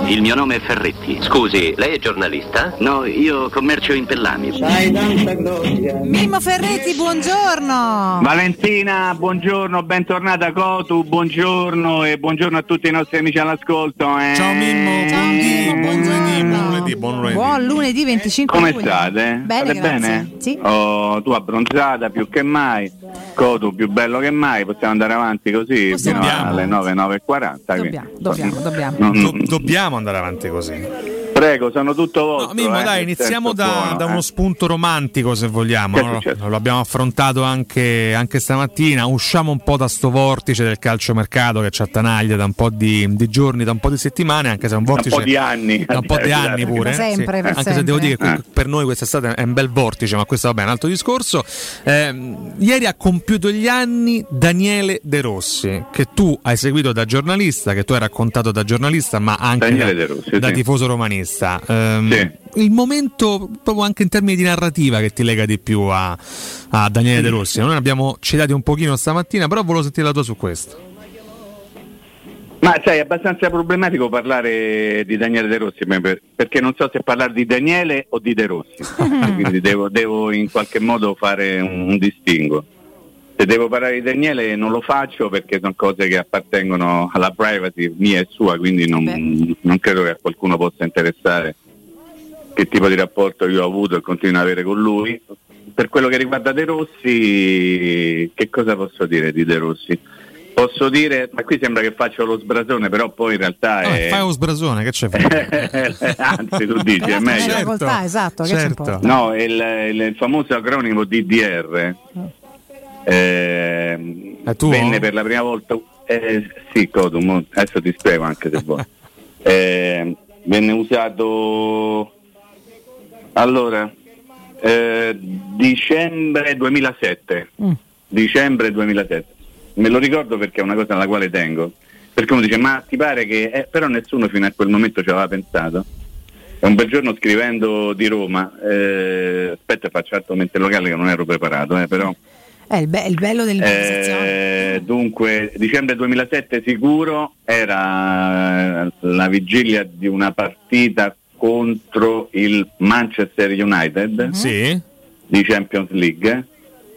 Il mio nome è Ferretti. Scusi, lei è giornalista? No, io commercio in pellami. Mimmo Ferretti, buongiorno. Valentina, buongiorno, bentornata Cotu, buongiorno e buongiorno a tutti i nostri amici all'ascolto. Ciao Mimmo, buon lunedì. Buon lunedì 25 Come luglio. state? Bene, State grazie. bene? Sì. Oh, tu abbronzata più che mai, Cotu più bello che mai, possiamo andare avanti così Possiamo. fino alle 9:40. Dobbiamo andare avanti così. Prego, sono tutto vostro. No, Mimmo, dai, iniziamo da uno spunto romantico, se vogliamo. No? Lo abbiamo affrontato anche stamattina. Usciamo un po' da sto vortice del calciomercato che ci attanaglia da un po' di giorni, da un po' di settimane, anche se è un vortice. Da un po' di anni. Da un po' di anni pure. Per sempre, per anche sempre. se devo dire che per noi quest'estate è un bel vortice, ma questo vabbè, è un altro discorso. Ieri ha compiuto gli anni Daniele De Rossi, che tu hai seguito da giornalista, che tu hai raccontato da giornalista, ma anche da tifoso romanista. Il momento proprio anche in termini di narrativa che ti lega di più a Daniele De Rossi. Noi ne abbiamo citati un pochino stamattina, però volevo sentire la tua su questo. Ma sai, è abbastanza problematico parlare di Daniele De Rossi perché non so se parlare di Daniele o di De Rossi. Quindi devo in qualche modo fare un distinguo. Se devo parlare di Daniele non lo faccio perché sono cose che appartengono alla privacy mia e sua, quindi non credo che a qualcuno possa interessare che tipo di rapporto io ho avuto e continuo ad avere con lui. Per quello che riguarda De Rossi, che cosa posso dire di De Rossi? Posso dire, ma qui sembra che faccio lo sbrasone, però poi in realtà fai lo sbrasone, che c'è? Anzi, tu dici, è meglio. Esatto, certo. No, il famoso acronimo DDR. Venne per la prima volta sì, Cotum, adesso ti spiego anche se vuoi. Venne usato dicembre 2007. Dicembre 2007 me lo ricordo perché è una cosa alla quale tengo, perché uno dice ma ti pare che però nessuno fino a quel momento ci aveva pensato. È un bel giorno scrivendo di Roma, aspetta, faccio altro mente locale che non ero preparato, però è il bello dell'impostazione. Dunque, dicembre 2007 sicuro, era la vigilia di una partita contro il Manchester United di Champions League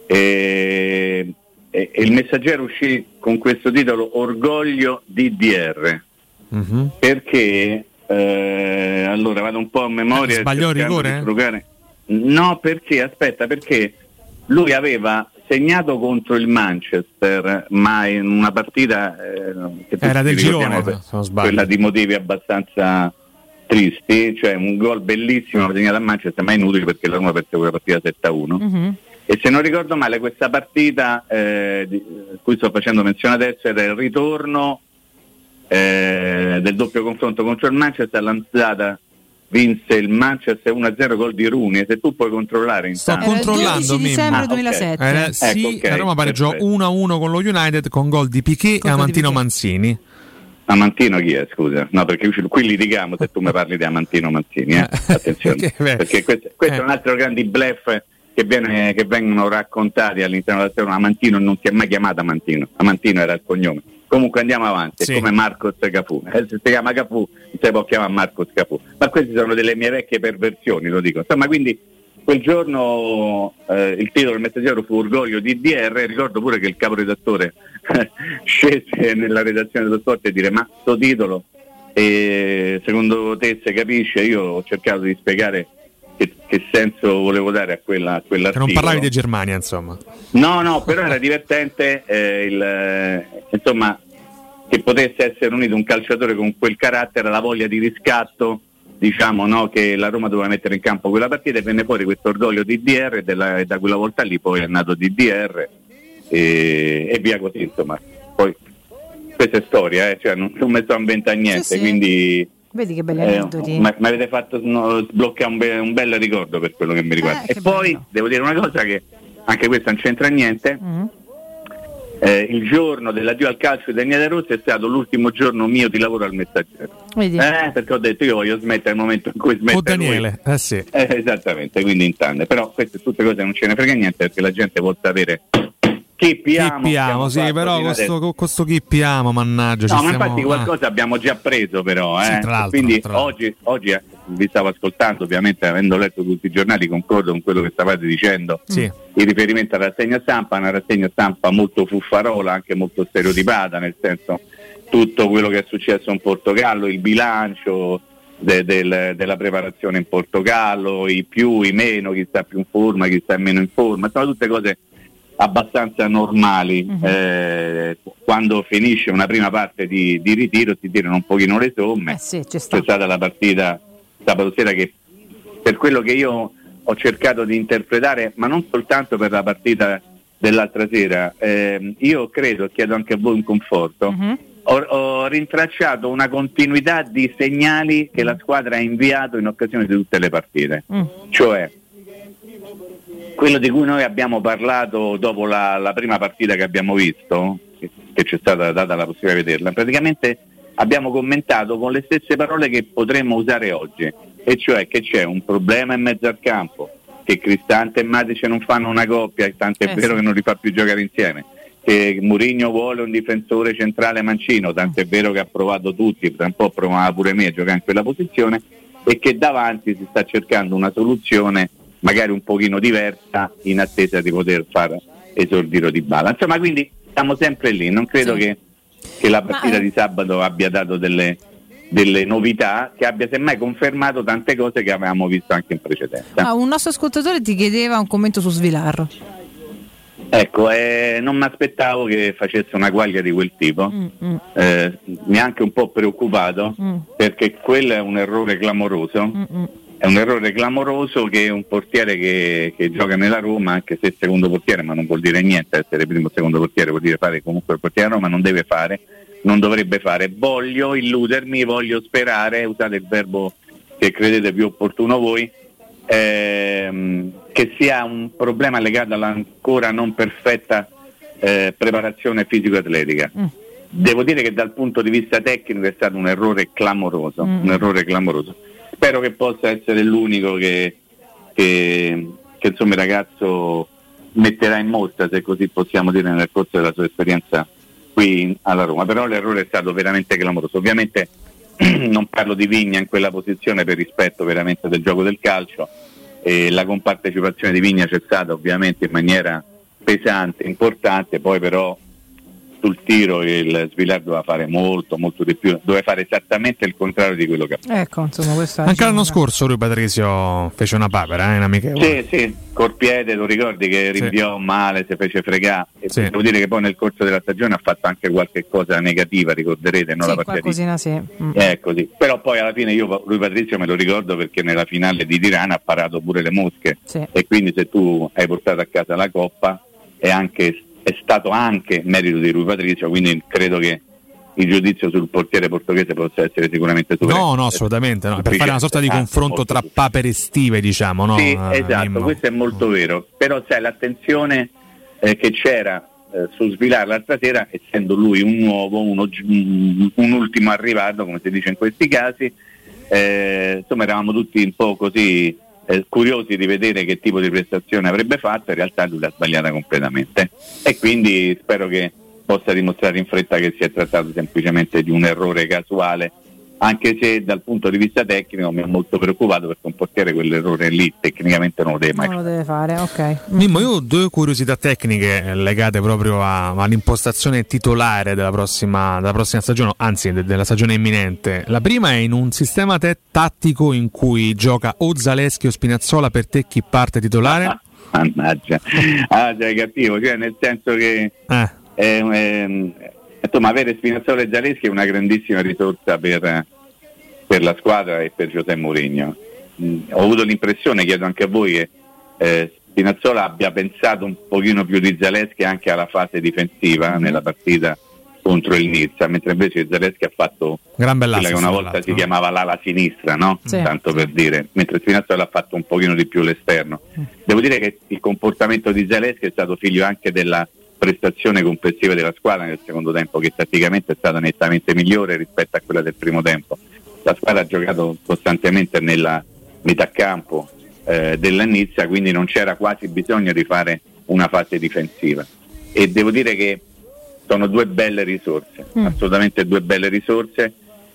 e il Messaggero uscì con questo titolo Orgoglio DDR perché allora vado un po' a memoria. Sbagliò il rigore? No, perché lui aveva segnato contro il Manchester, ma in una partita che era del girone, quella di motivi abbastanza tristi, cioè un gol bellissimo segnato a Manchester, ma inutile perché la Roma perse quella partita 7-1. E se non ricordo male questa partita di cui sto facendo menzione adesso era il ritorno del doppio confronto contro il Manchester. L'Anzata vinse il Manchester 1-0 gol di Rooney. Se tu puoi controllare intanto. Sto controllando, il 12 dicembre 2007. Okay. La Roma pareggiò 1-1 con lo United con gol di Piqué e Amantino Manzini. Amantino chi è, scusa? No, perché qui litighiamo se tu mi parli di Amantino Manzini, attenzione, perché questo è un altro grande bluff che vengono raccontati all'interno della storia. Amantino non si è mai chiamato Amantino era il cognome. Comunque andiamo avanti, è come Marcos Cafu, se si chiama Cafu non si può chiamare Marcos Cafu, ma queste sono delle mie vecchie perversioni, lo dico. Insomma, quindi quel giorno il titolo del Messaggero fu Orgoglio DDR. Ricordo pure che il caporedattore scese nella redazione dello Sport e dire ma sto titolo secondo te se capisce? Io ho cercato di spiegare che senso volevo dare a quell'articolo. Che non parlavi di Germania, insomma. No, però era divertente insomma, che potesse essere unito un calciatore con quel carattere, la voglia di riscatto, diciamo, no, che la Roma doveva mettere in campo quella partita, e venne fuori questo orgoglio DDR e da quella volta lì poi è nato DDR e via così, insomma. Poi questa è storia, cioè non mi sto inventando niente, quindi vedi che belli aneddoti. Mi avete fatto sbloccare un bel ricordo per quello che mi riguarda. E poi devo dire una cosa che anche questa non c'entra niente. Il giorno dell'addio al calcio di Daniele Rossi è stato l'ultimo giorno mio di lavoro al Messaggero. Perché ho detto io voglio smettere nel momento in cui smette Daniele, lui. sì. Esattamente, quindi in tante. Però queste tutte cose non ce ne frega niente perché la gente vuol sapere Chippiamo, sì, però con questo chippiamo, mannaggia. No, ma infatti qualcosa abbiamo già preso, però. Sì, tra l'altro, quindi oggi vi stavo ascoltando, ovviamente avendo letto tutti i giornali, concordo con quello che stavate dicendo. Sì. In riferimento alla rassegna stampa, una rassegna stampa molto fuffarola, anche molto stereotipata, nel senso tutto quello che è successo in Portogallo, il bilancio della preparazione in Portogallo, i più, i meno, chi sta più in forma, chi sta meno in forma, sono tutte cose abbastanza normali. Quando finisce una prima parte di ritiro si tirano un pochino le somme. Sì, c'è stata la partita sabato sera che, per quello che io ho cercato di interpretare, ma non soltanto per la partita dell'altra sera, io credo, e chiedo anche a voi un conforto, ho rintracciato una continuità di segnali che la squadra ha inviato in occasione di tutte le partite, cioè quello di cui noi abbiamo parlato dopo la prima partita che abbiamo visto, che ci è stata data la possibilità di vederla, praticamente abbiamo commentato con le stesse parole che potremmo usare oggi, e cioè che c'è un problema in mezzo al campo, che Cristante e Matic non fanno una coppia, tanto è vero che non li fa più giocare insieme, che Mourinho vuole un difensore centrale mancino, tanto è vero che ha provato tutti, tra un po' provava pure me a giocare in quella posizione, e che davanti si sta cercando una soluzione magari un pochino diversa in attesa di poter far esordire Dybala. Insomma, quindi siamo sempre lì, non credo che la partita di sabato abbia dato delle novità, che abbia semmai confermato tante cose che avevamo visto anche in precedenza. Un nostro ascoltatore ti chiedeva un commento su Svilar. Ecco, non mi aspettavo che facesse una quaglia di quel tipo, mi ha anche un po' preoccupato, perché quello è un errore clamoroso. È un errore clamoroso che un portiere che gioca nella Roma, anche se secondo portiere, ma non vuol dire niente essere primo o secondo portiere, vuol dire fare comunque il portiere a Roma, non deve fare, non dovrebbe fare. Voglio illudermi, voglio sperare, usate il verbo che credete più opportuno voi, che sia un problema legato alla ancora non perfetta preparazione fisico-atletica. Devo dire che dal punto di vista tecnico è stato un errore clamoroso, Spero che possa essere l'unico che insomma il ragazzo metterà in mostra, se così possiamo dire, nel corso della sua esperienza qui alla Roma. Però l'errore è stato veramente clamoroso. Ovviamente non parlo di Vigna in quella posizione per rispetto veramente del gioco del calcio, e la compartecipazione di Vigna c'è stata ovviamente in maniera pesante, importante, poi però sul tiro il Svilar doveva fare molto di più, doveva fare esattamente il contrario di quello che ha fatto. Ecco, insomma, anche l'anno scorso lui Patrizio fece una papera in amichevole. Sì, col piede, lo ricordi che rinviò male, si fece fregare, e devo dire che poi nel corso della stagione ha fatto anche qualche cosa negativa, ricorderete, no? La qualcosina sì. Così. Però poi alla fine lui Patrizio me lo ricordo perché nella finale di Tirana ha parato pure le mosche, e quindi se tu hai portato a casa la Coppa è stato anche merito di Rui Patrizio, quindi credo che il giudizio sul portiere portoghese possa essere sicuramente superiore. No, assolutamente no. Per fare una sorta di confronto tra papere estive, diciamo, no? Sì, esatto, questo è molto vero. Però sai, l'attenzione che c'era su Svilar l'altra sera, essendo lui un nuovo, un ultimo arrivato, come si dice in questi casi, insomma eravamo tutti un po' così curiosi di vedere che tipo di prestazione avrebbe fatto. In realtà lui l'ha sbagliata completamente, e quindi spero che possa dimostrare in fretta che si è trattato semplicemente di un errore casuale, anche se dal punto di vista tecnico mi ha molto preoccupato, perché un portiere quell'errore lì tecnicamente non lo deve mai fare. Non lo deve fare, ok. Mimmo, io ho due curiosità tecniche legate proprio all'impostazione titolare della prossima stagione, anzi della stagione imminente. La prima è in un sistema tattico in cui gioca o Zaleschi o Spinazzola. Per te chi parte titolare? Mannaggia, sei cattivo, cioè nel senso che insomma, avere Spinazzola e Zaleschi è una grandissima risorsa per la squadra e per José Mourinho. Ho avuto l'impressione, chiedo anche a voi, che Spinazzola abbia pensato un pochino più di Zaleschi anche alla fase difensiva nella partita contro il Nizza, mentre invece Zaleschi ha fatto quella che una volta si chiamava l'ala sinistra, no? Sì. Tanto per dire, mentre Spinazzola ha fatto un pochino di più l'esterno. Devo dire che il comportamento di Zaleschi è stato figlio anche della prestazione complessiva della squadra nel secondo tempo, che tatticamente è stata nettamente migliore rispetto a quella del primo tempo. La squadra ha giocato costantemente nella metà campo dell'Nizza, quindi non c'era quasi bisogno di fare una fase difensiva. e devo dire che sono due belle risorse, assolutamente due belle risorse.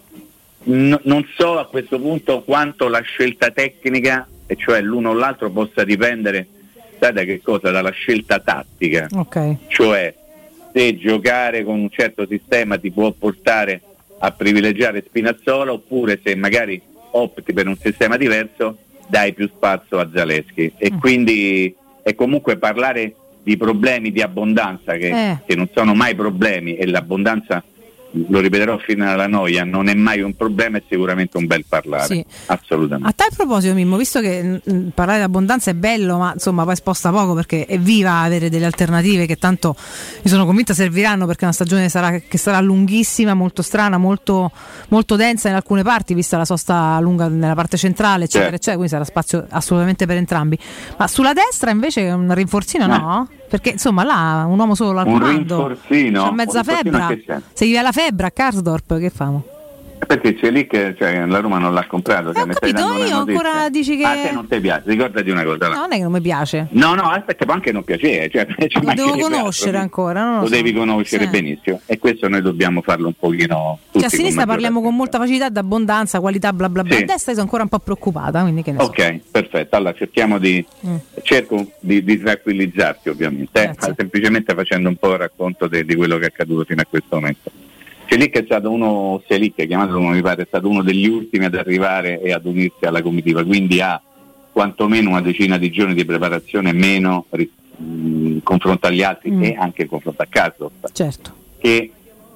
Non so a questo punto quanto la scelta tecnica, e cioè l'uno o l'altro, possa dipendere, sai da che cosa? Dalla scelta tattica. Okay. Cioè se giocare con un certo sistema ti può portare a privilegiare Spinazzola, oppure se magari opti per un sistema diverso dai più spazio a Zalewski. E quindi è comunque parlare di problemi di abbondanza che non sono mai problemi, e l'abbondanza, lo ripeterò fino alla noia, non è mai un problema, è sicuramente un bel parlare. Sì. Assolutamente. A tal proposito, Mimmo, visto che parlare di abbondanza è bello, ma insomma poi sposta poco, perché è viva avere delle alternative che tanto mi sono convinta serviranno, perché è una stagione che sarà lunghissima, molto strana, molto, molto densa in alcune parti, vista la sosta lunga nella parte centrale, eccetera, eccetera, quindi sarà spazio assolutamente per entrambi. Ma sulla destra invece un rinforzino no? Perché insomma là un uomo solo al comando, un rinforzino, c'ha mezza febbre, se gli va la febbre a Karsdorp che famo? Perché c'è lì che la Roma non l'ha comprato. Ho capito, io ancora dici che a te non ti piace, ricordati una cosa. No, non è che non mi piace. No, aspetta, può anche non piacere, lo devo conoscere ancora, non lo so. Devi conoscere benissimo, e questo noi dobbiamo farlo un pochino tutti. A sinistra parliamo con molta facilità di abbondanza, qualità, bla bla bla. A destra sono ancora un po' preoccupata, quindi che ne so. Ok, perfetto. Allora cerchiamo cerco di tranquillizzarti, ovviamente, semplicemente facendo un po' il racconto di quello che è accaduto fino a questo momento. Selic è stato uno, chiamato come mi pare, è stato uno degli ultimi ad arrivare e ad unirsi alla comitiva, quindi ha quantomeno una decina di giorni di preparazione meno in confronto agli altri e anche in confronto a Karsdorp, che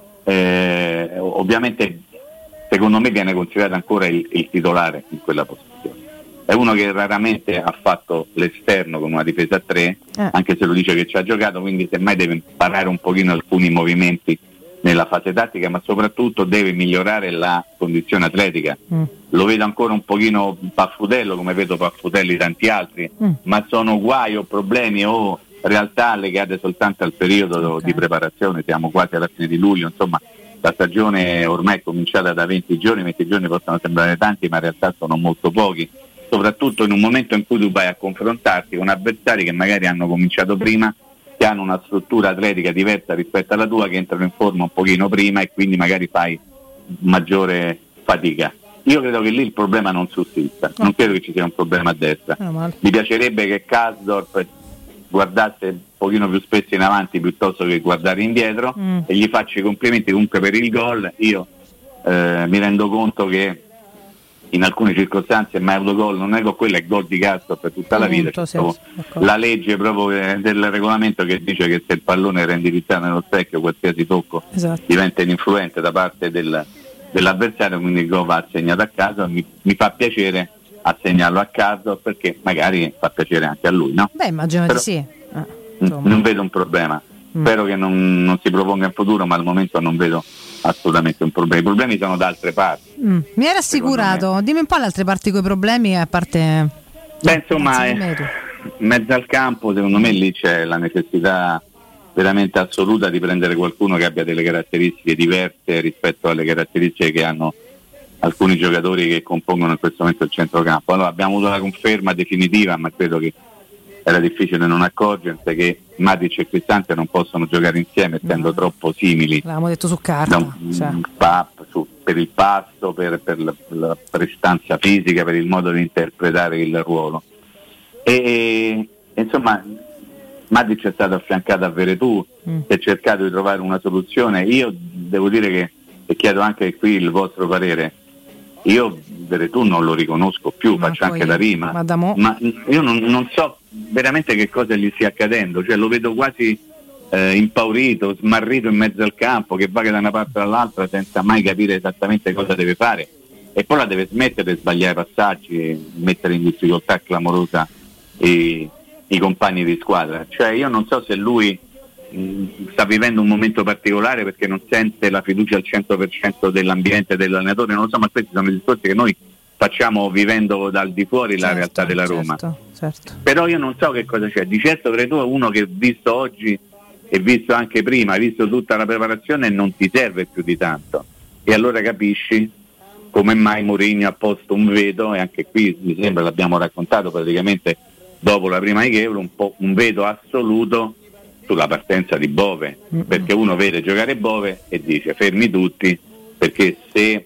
ovviamente secondo me viene considerato ancora il titolare in quella posizione. È uno che raramente ha fatto l'esterno con una difesa a 3, anche se lo dice che ci ha giocato, quindi semmai deve imparare un pochino alcuni movimenti nella fase tattica, ma soprattutto deve migliorare la condizione atletica. Lo vedo ancora un pochino paffutello, come vedo paffutelli tanti altri, ma sono guai o problemi o realtà legate soltanto al periodo di preparazione. Siamo quasi alla fine di luglio, insomma la stagione ormai è cominciata da 20 giorni possono sembrare tanti, ma in realtà sono molto pochi, soprattutto in un momento in cui tu vai a confrontarti con avversari che magari hanno cominciato prima, che hanno una struttura atletica diversa rispetto alla tua, che entrano in forma un pochino prima e quindi magari fai maggiore fatica. Io credo che lì il problema non sussista, non credo che ci sia un problema a destra. Mi piacerebbe che Karsdorp guardasse un pochino più spesso in avanti piuttosto che guardare indietro, e gli faccio i complimenti comunque per il gol. Io mi rendo conto che in alcune circostanze mai autogol non è quello, è gol di Karsdorp per tutta la vita. La legge proprio del regolamento che dice che se il pallone era indirizzato nello specchio, qualsiasi tocco diventa ininfluente da parte dell'avversario, quindi il gol va assegnato a caso. Mi fa piacere assegnarlo a caso, perché magari fa piacere anche a lui, no? Beh, immagino di sì. Non vedo un problema. Spero che non si proponga in futuro, ma al momento non vedo assolutamente un problema. I problemi sono da altre parti. Mi era assicurato. Dimmi un po' le altre parti con i problemi, a parte. Beh, insomma, in mezzo al campo secondo me lì c'è la necessità veramente assoluta di prendere qualcuno che abbia delle caratteristiche diverse rispetto alle caratteristiche che hanno alcuni giocatori che compongono in questo momento il centrocampo. Allora abbiamo avuto la conferma definitiva, ma credo che era difficile non accorgersi, che Matic e Cristante non possono giocare insieme, essendo troppo simili. L'avevamo detto su carta, per il passo, per la prestanza fisica, per il modo di interpretare il ruolo. E insomma Matic è stato affiancato a Veretù, si è cercato di trovare una soluzione. Io devo dire che, e chiedo anche qui il vostro parere, io Veretù non lo riconosco più, faccio anche la rima, ma io non so veramente che cosa gli stia accadendo, cioè lo vedo quasi impaurito, smarrito in mezzo al campo, che va da una parte all'altra senza mai capire esattamente cosa deve fare, e poi la deve smettere di sbagliare passaggi e mettere in difficoltà clamorosa i compagni di squadra. Cioè io non so se lui sta vivendo un momento particolare perché non sente la fiducia al 100% dell'ambiente dell'allenatore, non lo so, ma questi sono i discorsi che noi facciamo vivendo dal di fuori la realtà della Roma. Certo. Però io non so che cosa c'è. Di certo Veretù è uno che visto oggi e visto anche prima, visto tutta la preparazione, non ti serve più di tanto, e allora capisci come mai Mourinho ha posto un veto, e anche qui mi sembra l'abbiamo raccontato praticamente dopo la prima amichevole, un veto assoluto sulla partenza di Bove, perché uno vede giocare Bove e dice fermi tutti, perché se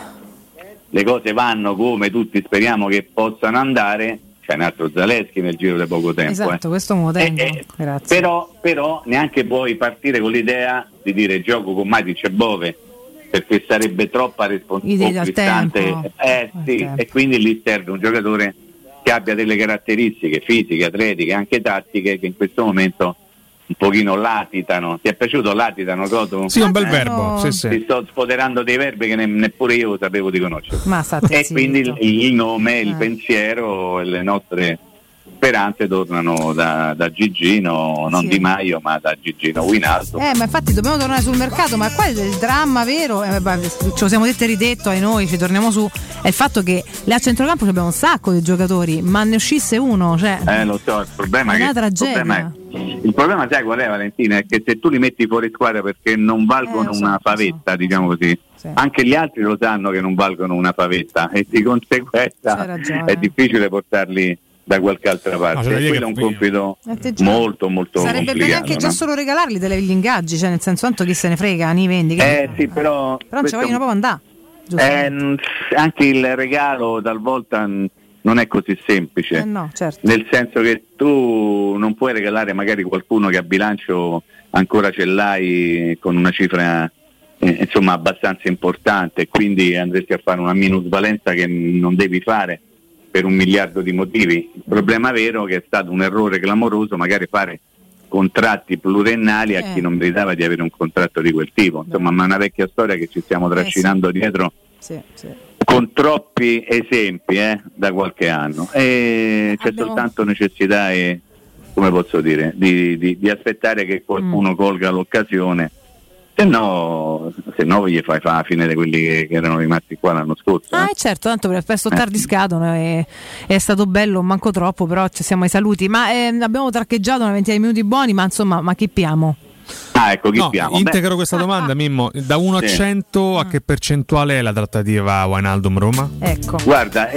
le cose vanno come tutti speriamo che possano andare, c'è un altro Zalewski nel giro di poco tempo. Esatto, questo me lo tengo. Grazie. Però neanche puoi partire con l'idea di dire gioco con Matic e Bove, perché sarebbe troppa responsabilità. E quindi lì serve un giocatore che abbia delle caratteristiche fisiche, atletiche, anche tattiche, che in questo momento un pochino latitano. Ti è piaciuto latitano, Coto? Sì, un bel verbo. Sì. Ti sto spoderando dei verbi che neppure io sapevo di conoscere. E quindi il nome, il pensiero e le nostre speranze tornano da Gigino, non Di Maio, ma da Gigino Wijnaldum. Ma infatti dobbiamo tornare sul mercato, ma qua il dramma vero, ce lo siamo detto e ridetto ai noi, ci torniamo su, è il fatto che là a centrocampo abbiamo un sacco di giocatori, ma ne uscisse uno, cioè lo so, il problema è una tragedia. Il problema sai qual è, Valentina? È che se tu li metti fuori squadra perché non valgono una favetta, diciamo così, anche gli altri lo sanno che non valgono una favetta, e di conseguenza è difficile portarli da qualche altra parte. Quello è un compito molto molto sarebbe complicato. Bene anche già solo regalarli degli ingaggi, cioè nel senso, tanto chi se ne frega, ni vendi. Sì, però non ci vogliono proprio andare. Anche il regalo talvolta non è così semplice, no, certo. Nel senso che tu non puoi regalare magari qualcuno che a bilancio ancora ce l'hai con una cifra insomma abbastanza importante, quindi andresti a fare una minusvalenza che non devi fare per 1 miliardo di motivi. Il problema vero è che è stato un errore clamoroso magari fare contratti pluriennali a chi non meritava di avere un contratto di quel tipo, insomma, ma è una vecchia storia che ci stiamo trascinando dietro con troppi esempi da qualche anno, e c'è soltanto necessità e, come posso dire, di aspettare che qualcuno colga l'occasione. Se no gli fai la fine di quelli che erano rimasti qua l'anno scorso. Certo, tanto per spesso tardi scadono, è stato bello, manco troppo, però ci siamo ai saluti. Ma abbiamo traccheggiato una ventina di minuti buoni, ma insomma, ma chi piamo? Ecco, chi piamo? Integro questa domanda, Mimmo, da 1 a 100 a che percentuale è la trattativa Wijnaldum-Roma? Ecco. Guarda,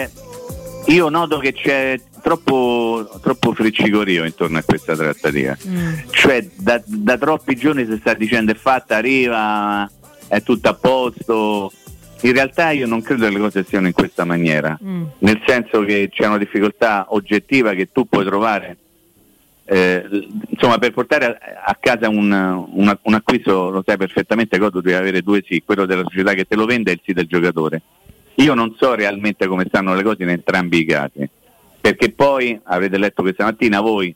io noto che c'è troppo friccicorio intorno a questa trattativa, cioè da troppi giorni si sta dicendo è fatta, arriva, è tutto a posto. In realtà io non credo che le cose siano in questa maniera, nel senso che c'è una difficoltà oggettiva che tu puoi trovare, insomma, per portare a casa un acquisto, lo sai perfettamente, tu devi avere 2 sì, quello della società che te lo vende e il sì del giocatore. Io non so realmente come stanno le cose in entrambi i casi, perché poi avrete letto questa mattina voi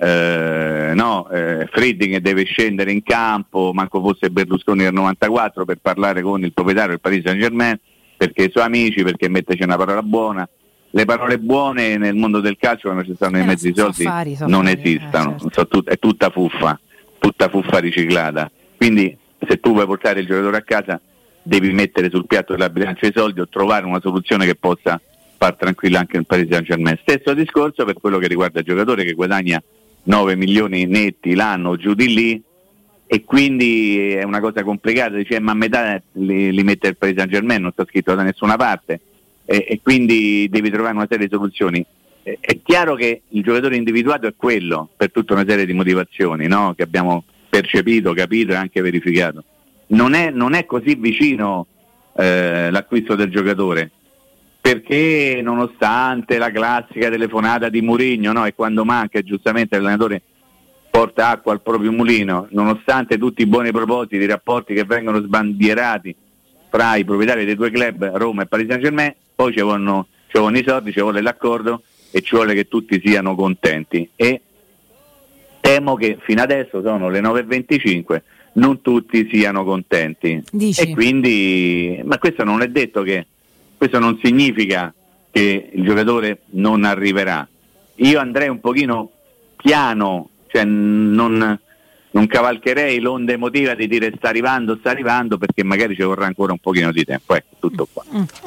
Friedrich deve scendere in campo, manco fosse Berlusconi del 94, per parlare con il proprietario del Paris Saint-Germain, perché i suoi amici, perché metterci una parola buona. Le parole buone nel mondo del calcio, quando ci stanno i mezzi soldi, non esistono, certo. È tutta fuffa riciclata. Quindi se tu vuoi portare il giocatore a casa devi mettere sul piatto della bilancia i soldi o trovare una soluzione che possa far tranquilla anche il Paris Saint-Germain. Stesso discorso per quello che riguarda il giocatore che guadagna 9 milioni netti l'anno, giù di lì, e quindi è una cosa complicata. Dice, ma a metà li mette il Paris Saint-Germain, non sta scritto da nessuna parte, e quindi devi trovare una serie di soluzioni. È chiaro che il giocatore individuato è quello, per tutta una serie di motivazioni, no? Che abbiamo percepito, capito e anche verificato. Non è così vicino l'acquisto del giocatore, perché nonostante la classica telefonata di Mourinho, no? E quando manca giustamente l'allenatore porta acqua al proprio mulino, nonostante tutti i buoni propositi, i rapporti che vengono sbandierati fra i proprietari dei 2 club, Roma e Paris Saint-Germain, poi ci vogliono i soldi, ci vuole l'accordo e ci vuole che tutti siano contenti, e temo che fino adesso sono le 9:25, non tutti siano contenti. Dici? E quindi, ma questo non è detto, che questo non significa che il giocatore non arriverà. Io andrei un pochino piano, cioè non cavalcherei l'onda emotiva di dire sta arrivando, perché magari ci vorrà ancora un pochino di tempo. Ecco, tutto qua.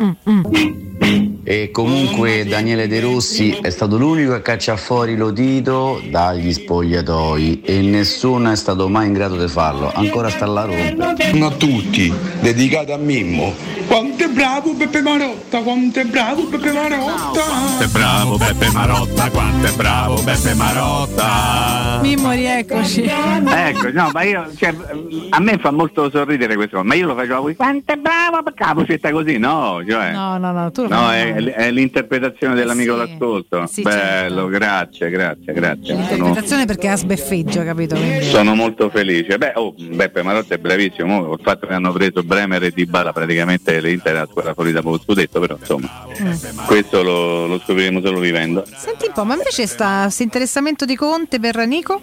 E comunque Daniele De Rossi è stato l'unico a cacciare fuori Lotito dagli spogliatoi e nessuno è stato mai in grado di farlo, ancora sta alla Roma. Non a tutti, dedicato a Mimmo. Quanto è bravo Beppe Marotta, quanto è bravo Beppe Marotta. Quanto è bravo Beppe Marotta, quanto è bravo Beppe Marotta. Mimmo, rieccoci. Ecco, no, ma io, cioè, a me fa molto sorridere questo, ma io lo facevo qui, quanto è bravo, perché la vocetta così, no, cioè, no, tu no, è l'interpretazione dell'amico l'ascolto. Sì, bello, certo. grazie. L'interpretazione perché ha sbeffeggio, capito? Quindi... Sono molto felice. Beppe Marotta è bravissimo, il fatto che hanno preso Bremer e Dybala, praticamente l'Inter è la squadra favorita per lo scudetto, però insomma questo lo scopriremo solo vivendo. Senti un po', ma invece questo interessamento di Conte per Nico?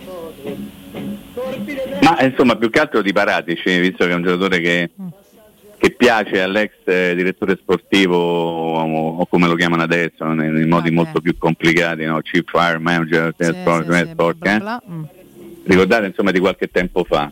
Ma insomma più che altro di Paratici, visto che è un giocatore che piace all'ex direttore sportivo o come lo chiamano adesso nei modi molto più complicati, no? Chief Fire Manager ricordate insomma di qualche tempo fa.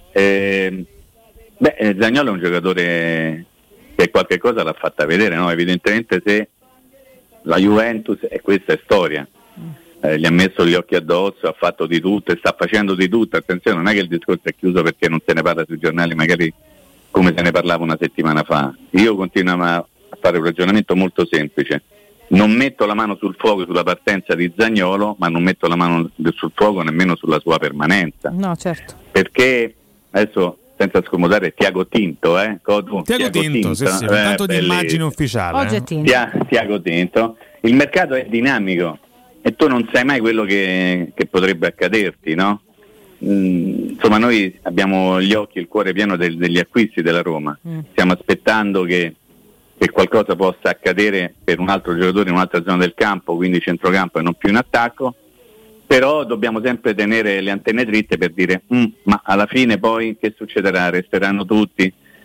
Zaniolo è un giocatore che qualche cosa l'ha fatta vedere, no? Evidentemente se la Juventus, e questa è storia, gli ha messo gli occhi addosso, ha fatto di tutto e sta facendo di tutto. Attenzione, non è che il discorso è chiuso perché non se ne parla sui giornali magari come se ne parlava una settimana fa. Io continuo a fare un ragionamento molto semplice: non metto la mano sul fuoco sulla partenza di Zaniolo, ma non metto la mano sul fuoco nemmeno sulla sua permanenza. No, certo. Perché adesso, senza scomodare, Tiago Tinto, Tiago Tinto, sì, tanto di immagine ufficiale. Oggi è Tinto. Tiago Tinto. Il mercato è dinamico e tu non sai mai quello che potrebbe accaderti, no? Insomma, noi abbiamo gli occhi e il cuore pieno degli acquisti della Roma. Stiamo aspettando che qualcosa possa accadere per un altro giocatore in un'altra zona del campo, quindi centrocampo e non più in attacco. Però dobbiamo sempre tenere le antenne dritte per dire ma alla fine poi che succederà? Resteranno tutti?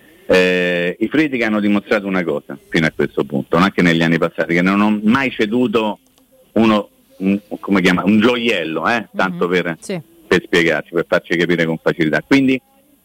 I Friedrich hanno dimostrato una cosa fino a questo punto, anche negli anni passati, che non ho mai ceduto un gioiello, tanto per spiegarci, per farci capire con facilità. Quindi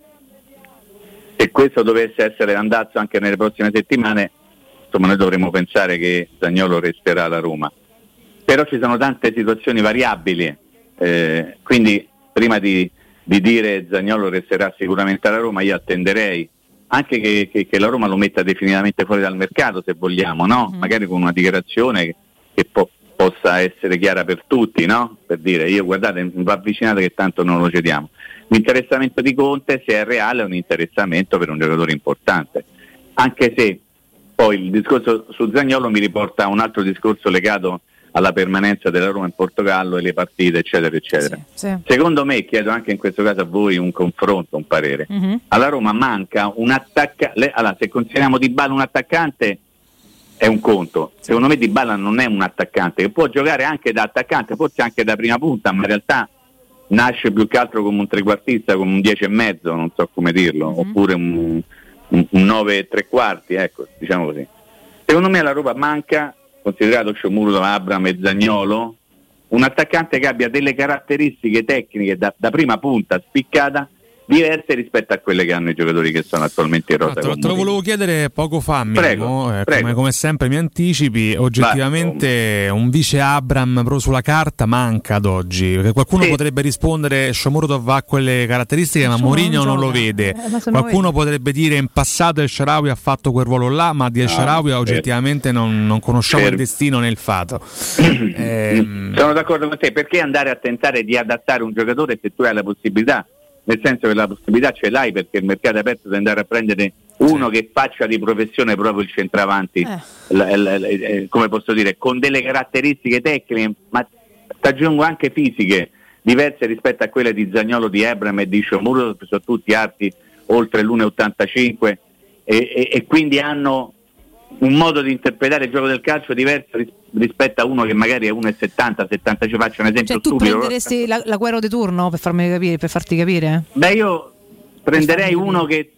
se questo dovesse essere l'andazzo anche nelle prossime settimane, insomma noi dovremmo pensare che Zaniolo resterà alla Roma. Però ci sono tante situazioni variabili, quindi prima di dire Zaniolo resterà sicuramente alla Roma, io attenderei anche che la Roma lo metta definitivamente fuori dal mercato, se vogliamo, no? Magari con una dichiarazione che possa essere chiara per tutti, no? Per dire, io guardate, va avvicinate che tanto non lo cediamo. L'interessamento di Conte, se è reale, è un interessamento per un giocatore importante, anche se poi il discorso su Zaniolo mi riporta a un altro discorso legato alla permanenza della Roma in Portogallo e le partite, eccetera, eccetera. Sì. Secondo me, chiedo anche in questo caso a voi un confronto, un parere. Alla Roma manca un attaccante. Allora, se consideriamo Dybala un attaccante è un conto. Secondo me Dybala non è un attaccante, che può giocare anche da attaccante, forse anche da prima punta, ma in realtà nasce più che altro come un trequartista, come un 10,5, non so come dirlo, oppure un 9 3/4, ecco, diciamo così. Secondo me alla Roma manca, considerato Shomurodov, Abraham e Zaniolo, un attaccante che abbia delle caratteristiche tecniche da prima punta spiccata diverse rispetto a quelle che hanno i giocatori che sono attualmente in rosa. Te lo volevo chiedere poco fa, prego. Come sempre mi anticipi, oggettivamente un vice Abraham proprio sulla carta manca ad oggi, perché qualcuno potrebbe rispondere Shomurodov ha quelle caratteristiche ma Mourinho non lo vede, qualcuno potrebbe dire in passato El Shaarawy ha fatto quel ruolo là, ma di El Shaarawy oggettivamente non conosciamo il destino né il fato. Sono d'accordo con te, perché andare a tentare di adattare un giocatore se tu hai la possibilità? Nel senso che la possibilità ce l'hai, perché il mercato è aperto di andare a prendere uno che faccia di professione proprio il centravanti, come posso dire, con delle caratteristiche tecniche, ma ti aggiungo anche fisiche diverse rispetto a quelle di Zaniolo, di Abraham e di Shomurodov, che sono tutti alti oltre l'1,85 e quindi hanno un modo di interpretare il gioco del calcio diverso rispetto a uno che magari è 1,70, 75, faccio un esempio stupido. Tu prenderesti l'Agüero di turno per farti capire? Beh, io prenderei uno che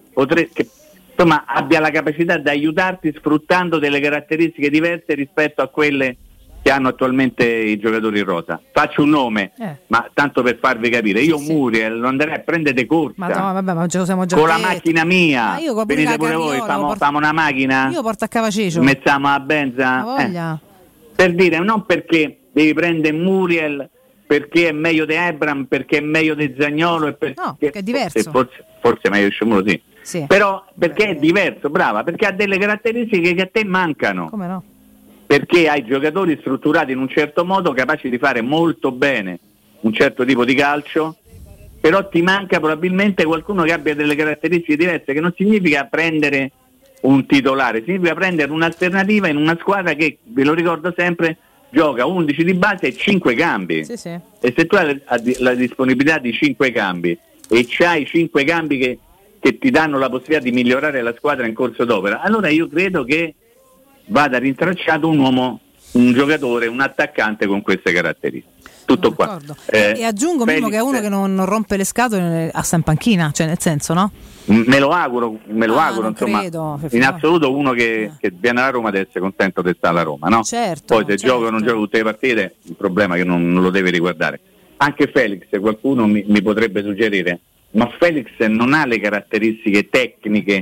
insomma abbia la capacità di aiutarti sfruttando delle caratteristiche diverse rispetto a quelle che hanno attualmente i giocatori in rosa. Faccio un nome, ma tanto per farvi capire, io Muriel lo andrei a prendere de corsa, ma siamo già con la macchina mia, venite pure voi, famo una macchina, io porto a Cavacecio, mettiamo a benza, per dire, non perché devi prendere Muriel perché è meglio di Abraham, perché è meglio di Zaniolo, no, perché è diverso, forse è meglio di Shomurodov, Sì. Però perché è diverso, brava, perché ha delle caratteristiche che a te mancano. Come no? Perché hai giocatori strutturati in un certo modo, capaci di fare molto bene un certo tipo di calcio, però ti manca probabilmente qualcuno che abbia delle caratteristiche diverse, che non significa prendere un titolare, significa prendere un'alternativa in una squadra che, ve lo ricordo sempre, gioca 11 di base e 5 cambi. Sì, sì. E se tu hai la disponibilità di 5 cambi e c'hai 5 cambi che ti danno la possibilità di migliorare la squadra in corso d'opera, allora io credo che vada rintracciato un giocatore, un attaccante con queste caratteristiche. Tutto qua. E aggiungo Mimmo che è uno che non rompe le scatole a sta in panchina, cioè nel senso, no? Me lo auguro, insomma, credo, in assoluto uno che viene alla Roma deve essere contento di stare alla Roma, no? Certo, poi se gioca o non gioca tutte le partite, il problema è che non lo deve riguardare. Anche Felix, qualcuno mi potrebbe suggerire, ma Felix non ha le caratteristiche tecniche,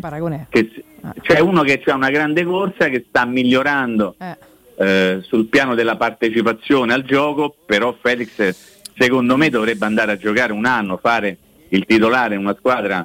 cioè uno che ha una grande corsa, che sta migliorando sul piano della partecipazione al gioco, però Felix secondo me dovrebbe andare a giocare un anno, fare il titolare in una squadra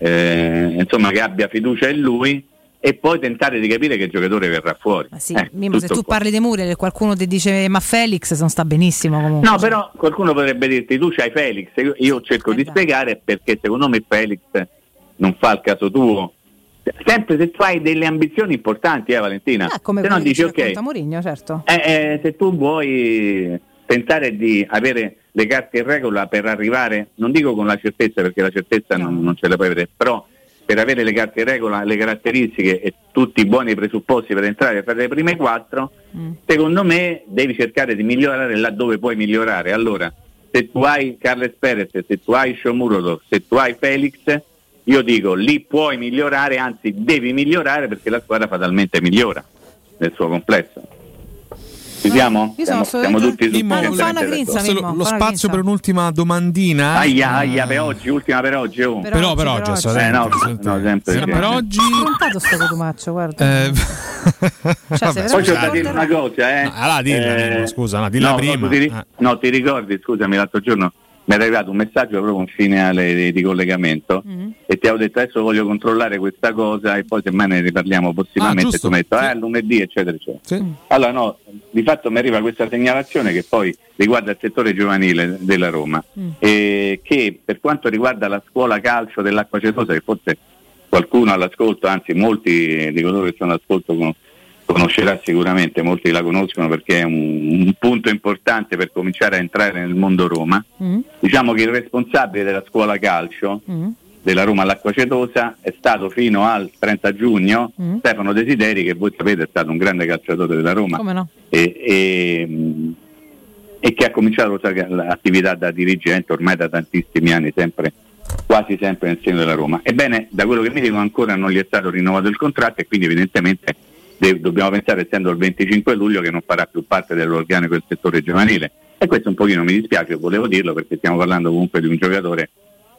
insomma che abbia fiducia in lui, e poi tentare di capire che giocatore verrà fuori. Sì, Mimmo, se tu parli di Muriel e qualcuno ti dice ma Felix non sta benissimo comunque. No, però qualcuno potrebbe dirti tu c'hai Felix, io cerco di spiegare perché secondo me Felix non fa il caso tuo. Sempre se tu hai delle ambizioni importanti, Valentina, come se no dici ok, Mourinho, certo. Se tu vuoi tentare di avere le carte in regola per arrivare, non dico con la certezza, perché la certezza non ce la puoi avere, però per avere le carte in regola, le caratteristiche e tutti i buoni presupposti per entrare fra le prime 4, secondo me devi cercare di migliorare laddove puoi migliorare. Allora, se tu hai Carles Perez, se tu hai Shomurodov, se tu hai Felix, io dico lì puoi migliorare, anzi devi migliorare, perché la squadra fatalmente migliora nel suo complesso. Ci siamo? Siamo tutti su lo spazio per un'ultima domandina. Aia, per oggi, ultima per oggi. Per oggi. Sempre per oggi. Contato sto cotumaccio, guarda. Poi c'ho da dire una cosa, scusa, dilla prima. Ti ricordi, scusami, l'altro giorno mi è arrivato un messaggio proprio in finale di collegamento e ti avevo detto adesso voglio controllare questa cosa e poi semmai ne riparliamo possibilmente, e tu metto lunedì eccetera eccetera. Sì. Allora no, di fatto mi arriva questa segnalazione che poi riguarda il settore giovanile della Roma e che per quanto riguarda la scuola calcio dell'Acqua Cetosa, che forse qualcuno all'ascolto, anzi molti di coloro che sono all'ascolto conoscerà sicuramente, molti la conoscono perché è un punto importante per cominciare a entrare nel mondo Roma. Diciamo che il responsabile della scuola calcio della Roma all'Acqua Cetosa è stato fino al 30 giugno Stefano Desideri, che voi sapete è stato un grande calciatore della Roma. Come no? E che ha cominciato l'attività da dirigente ormai da tantissimi anni, quasi sempre nel seno della Roma. Ebbene, da quello che mi dicono ancora non gli è stato rinnovato il contratto e quindi evidentemente dobbiamo pensare, essendo il 25 luglio, che non farà più parte dell'organico del settore giovanile, e questo un pochino mi dispiace, volevo dirlo perché stiamo parlando comunque di un giocatore,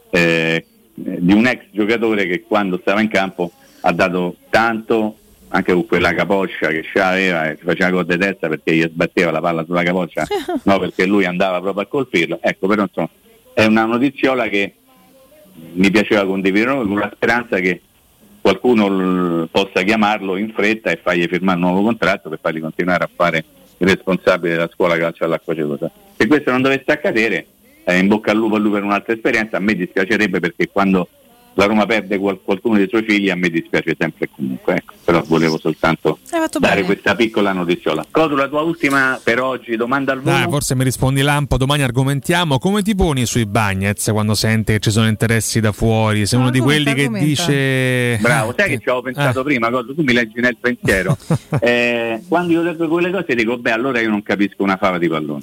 di un ex giocatore che quando stava in campo ha dato tanto, anche con quella capoccia che aveva e si faceva gol di testa perché gli sbatteva la palla sulla capoccia, no, perché lui andava proprio a colpirlo. Ecco, però insomma è una notiziola che mi piaceva condividere con la speranza che qualcuno possa chiamarlo in fretta e fargli firmare un nuovo contratto per fargli continuare a fare il responsabile della scuola calcio all'Acqua Cetosa. Se questo non dovesse accadere, in bocca al lupo a lui per un'altra esperienza. A me dispiacerebbe perché quando la Roma perde qualcuno dei suoi figli a me dispiace sempre e comunque, ecco. Però volevo soltanto dare questa piccola notiziola. Codu, la tua ultima per oggi, domanda al volo? Forse mi rispondi lampo, domani argomentiamo. Come ti poni sui Bagnets quando senti che ci sono interessi da fuori? Sei uno di quelli che dice bravo, sai che ci avevo pensato prima, Codu, tu mi leggi nel pensiero. Quando io leggo quelle cose dico allora io non capisco una fava di pallone.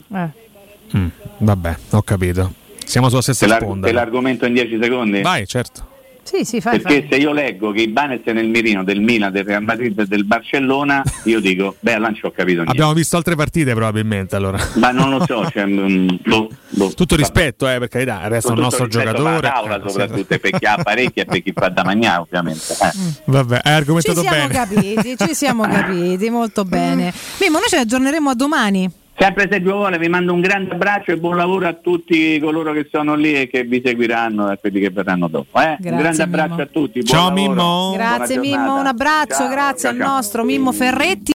Vabbè, ho capito, siamo sulla stessa sponda. Te l'argomento in 10 secondi? Vai, certo. Sì, fai. Perché se io leggo che i Bagnets è nel mirino del Milan, del Real Madrid e del Barcellona, io dico, allora non ci ho capito niente. Abbiamo visto altre partite probabilmente allora. Ma non lo so, tutto rispetto, per carità, resta un nostro giocatore. La tavola soprattutto, per chi ha apparecchi e per chi fa da mangiare ovviamente. Vabbè, hai argomentato bene. Ci siamo capiti molto bene. Mimmo, noi ci aggiorneremo a domani. Sempre se Dio vuole, vi mando un grande abbraccio e buon lavoro a tutti coloro che sono lì e che vi seguiranno e quelli che verranno dopo. Un grande abbraccio a tutti. Ciao Mimmo. Grazie Mimmo, un abbraccio, grazie al nostro Mimmo Ferretti.